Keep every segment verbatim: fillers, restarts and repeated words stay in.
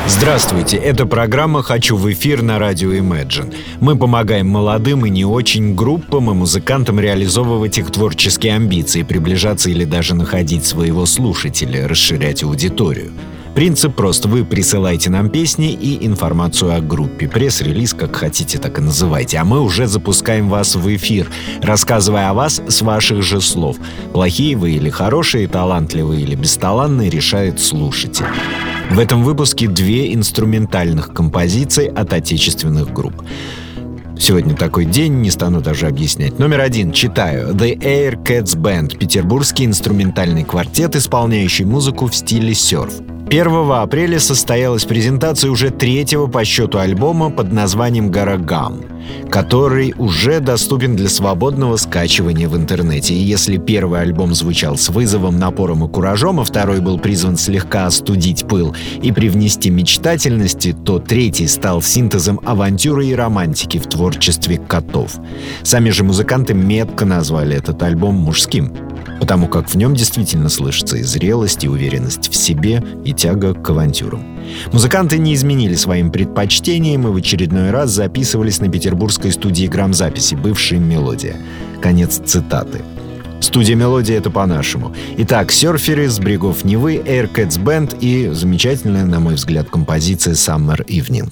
Здравствуйте, это программа «Хочу в эфир» на радио Imagine. Мы помогаем молодым и не очень группам и музыкантам реализовывать их творческие амбиции, приближаться или даже находить своего слушателя, расширять аудиторию. Принцип прост. Вы присылаете нам песни и информацию о группе. Пресс-релиз, как хотите, так и называйте. А мы уже запускаем вас в эфир, рассказывая о вас с ваших же слов. Плохие вы или хорошие, талантливые или бесталанные, решает слушатель. В этом выпуске две инструментальных композиции от отечественных групп. Сегодня такой день, не стану даже объяснять. Номер один. Читаю. The Air Cats Band. Петербургский инструментальный квартет, исполняющий музыку в стиле серф. первого апреля состоялась презентация уже третьего по счету альбома под названием «Гарагам», который уже доступен для свободного скачивания в интернете. И если первый альбом звучал с вызовом, напором и куражом, а второй был призван слегка остудить пыл и привнести мечтательности, то третий стал синтезом авантюры и романтики в творчестве котов. Сами же музыканты метко назвали этот альбом мужским, потому как в нем действительно слышится и зрелость, и уверенность в себе, и тяга к авантюрам. Музыканты не изменили своим предпочтениям и в очередной раз записывались на петербургской студии грамзаписи, бывшей «Мелодия». Конец цитаты. Студия «Мелодия» — это по-нашему. Итак, серферы с берегов Невы, Air Cats Band и замечательная, на мой взгляд, композиция «Summer Evening».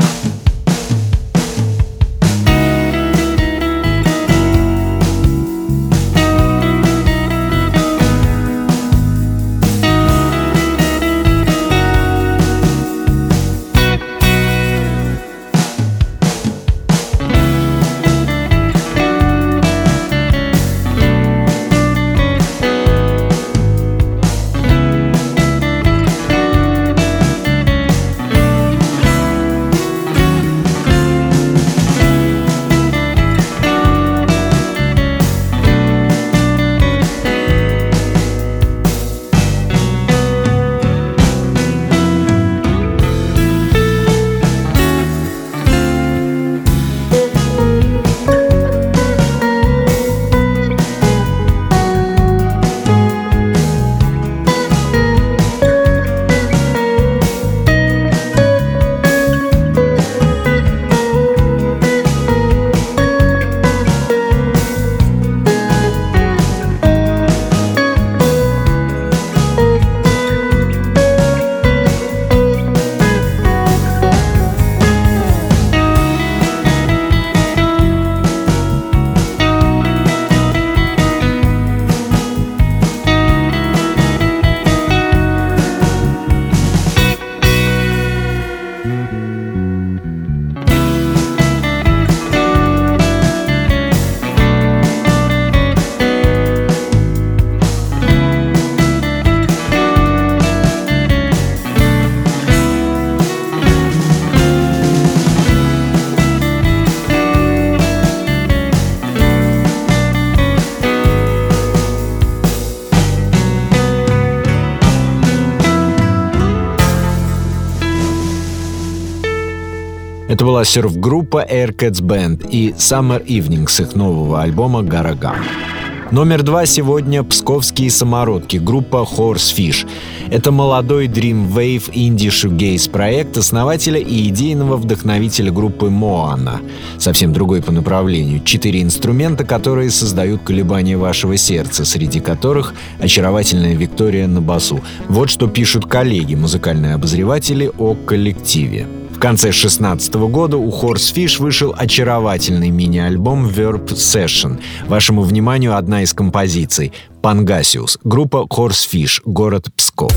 Это была серф-группа Air Cats Band и Summer Evening с их нового альбома «Гарагам». Номер два сегодня псковские самородки, группа Horsefish. Это молодой Dream Wave Indie Shoegaze проект основателя и идейного вдохновителя группы Моана. Совсем другой по направлению. Четыре инструмента, которые создают колебания вашего сердца, среди которых очаровательная Виктория на басу. Вот что пишут коллеги, музыкальные обозреватели, о коллективе. В конце две тысячи шестнадцатого года у Horsefish вышел очаровательный мини-альбом Verb Session. Вашему вниманию одна из композиций «Пангасиус», группа Horsefish, город Псков.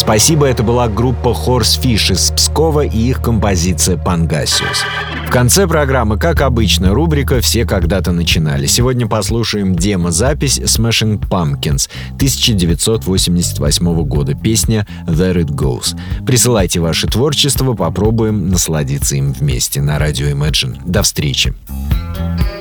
Спасибо, это была группа Horsefish из Пскова и их композиция «Pangasius». В конце программы, как обычно, рубрика «Все когда-то начинали». Сегодня послушаем демо-запись Smashing Pumpkins тысяча девятьсот восемьдесят восьмого года, песня «There It Goes». Присылайте ваше творчество, попробуем насладиться им вместе на радио Imagine. До встречи!